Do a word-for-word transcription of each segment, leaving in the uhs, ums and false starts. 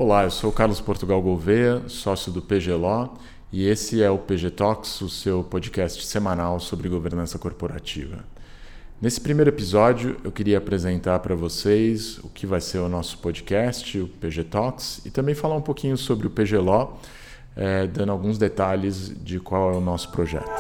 Olá, eu sou o Carlos Portugal Gouveia, sócio do P G L O, e esse é o P G Talks, o seu podcast semanal sobre governança corporativa. Nesse primeiro episódio, eu queria apresentar para vocês o que vai ser o nosso podcast, o P G Talks, e também falar um pouquinho sobre o P G L O, é, dando alguns detalhes de qual é o nosso projeto.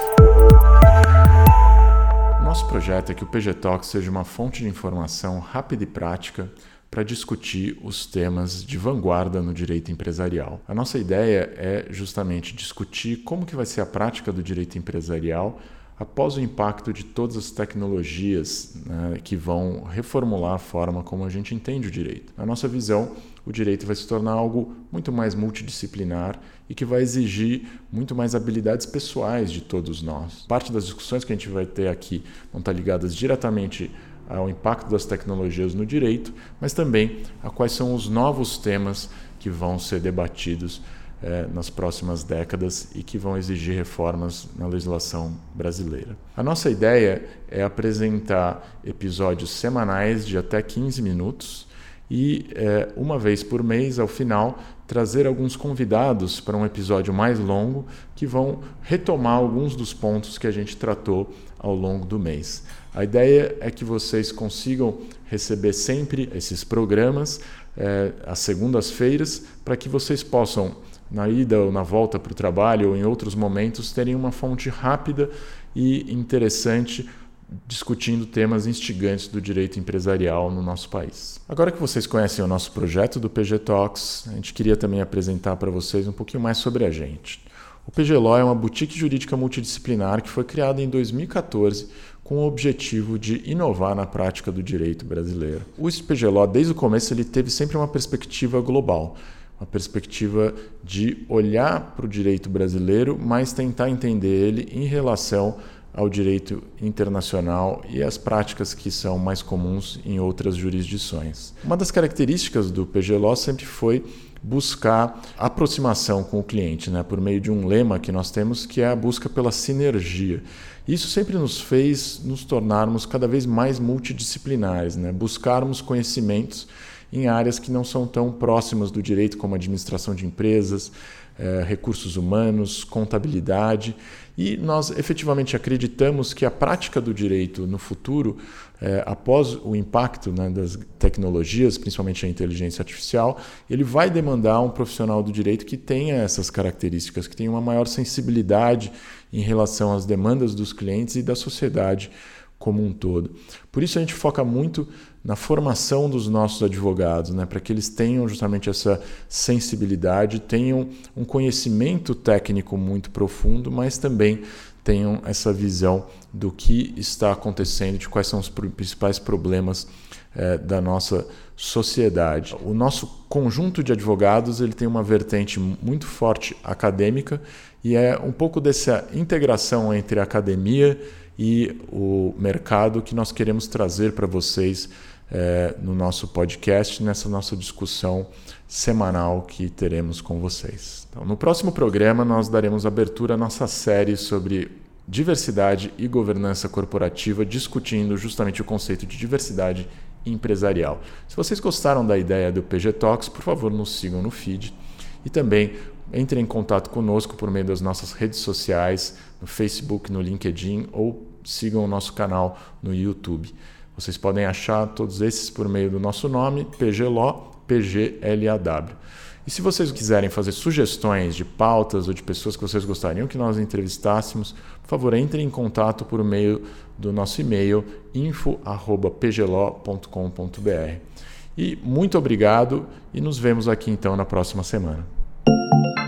O nosso projeto é que o P G Talks seja uma fonte de informação rápida e prática para discutir os temas de vanguarda no direito empresarial. A nossa ideia é justamente discutir como que vai ser a prática do direito empresarial após o impacto de todas as tecnologias, né, que vão reformular a forma como a gente entende o direito. Na nossa visão, o direito vai se tornar algo muito mais multidisciplinar e que vai exigir muito mais habilidades pessoais de todos nós. Parte das discussões que a gente vai ter aqui vão estar ligadas diretamente ao impacto das tecnologias no direito, mas também a quais são os novos temas que vão ser debatidos eh, nas próximas décadas e que vão exigir reformas na legislação brasileira. A nossa ideia é apresentar episódios semanais de até quinze minutos e, eh, uma vez por mês, ao final, trazer alguns convidados para um episódio mais longo que vão retomar alguns dos pontos que a gente tratou ao longo do mês. A ideia é que vocês consigam receber sempre esses programas eh, às segundas-feiras, para que vocês possam, na ida ou na volta para o trabalho ou em outros momentos, terem uma fonte rápida e interessante discutindo temas instigantes do direito empresarial no nosso país. Agora que vocês conhecem o nosso projeto do P G Talks, a gente queria também apresentar para vocês um pouquinho mais sobre a gente. O P G L O é uma boutique jurídica multidisciplinar que foi criada em dois mil e catorze com o objetivo de inovar na prática do direito brasileiro. O P G L O, desde o começo, ele teve sempre uma perspectiva global, uma perspectiva de olhar para o direito brasileiro, mas tentar entender ele em relação ao direito internacional e às práticas que são mais comuns em outras jurisdições. Uma das características do P G L O sempre foi buscar aproximação com o cliente, né, por meio de um lema que nós temos, que é a busca pela sinergia. Isso sempre nos fez nos tornarmos cada vez mais multidisciplinares, né, buscarmos conhecimentos em áreas que não são tão próximas do direito, como administração de empresas, eh, recursos humanos, contabilidade. E nós efetivamente acreditamos que a prática do direito no futuro, eh, após o impacto, né, das tecnologias, principalmente a inteligência artificial, ele vai demandar um profissional do direito que tenha essas características, que tenha uma maior sensibilidade em relação às demandas dos clientes e da sociedade como um todo. Por isso a gente foca muito na formação dos nossos advogados, né, para que eles tenham justamente essa sensibilidade, tenham um conhecimento técnico muito profundo, mas também tenham essa visão do que está acontecendo, de quais são os principais problemas eh, da nossa sociedade. O nosso conjunto de advogados ele tem uma vertente muito forte acadêmica e é um pouco dessa integração entre a academia e o mercado que nós queremos trazer para vocês é, no nosso podcast, nessa nossa discussão semanal que teremos com vocês. Então, no próximo programa, nós daremos abertura à nossa série sobre diversidade e governança corporativa, discutindo justamente o conceito de diversidade empresarial. Se vocês gostaram da ideia do P G Talks, por favor, nos sigam no feed e também entrem em contato conosco por meio das nossas redes sociais, no Facebook, no LinkedIn, ou sigam o nosso canal no YouTube. Vocês podem achar todos esses por meio do nosso nome, P G L O, P G L A W. E se vocês quiserem fazer sugestões de pautas ou de pessoas que vocês gostariam que nós entrevistássemos, por favor, entrem em contato por meio do nosso e-mail info arroba p g l o ponto com ponto b r. E muito obrigado e nos vemos aqui então na próxima semana.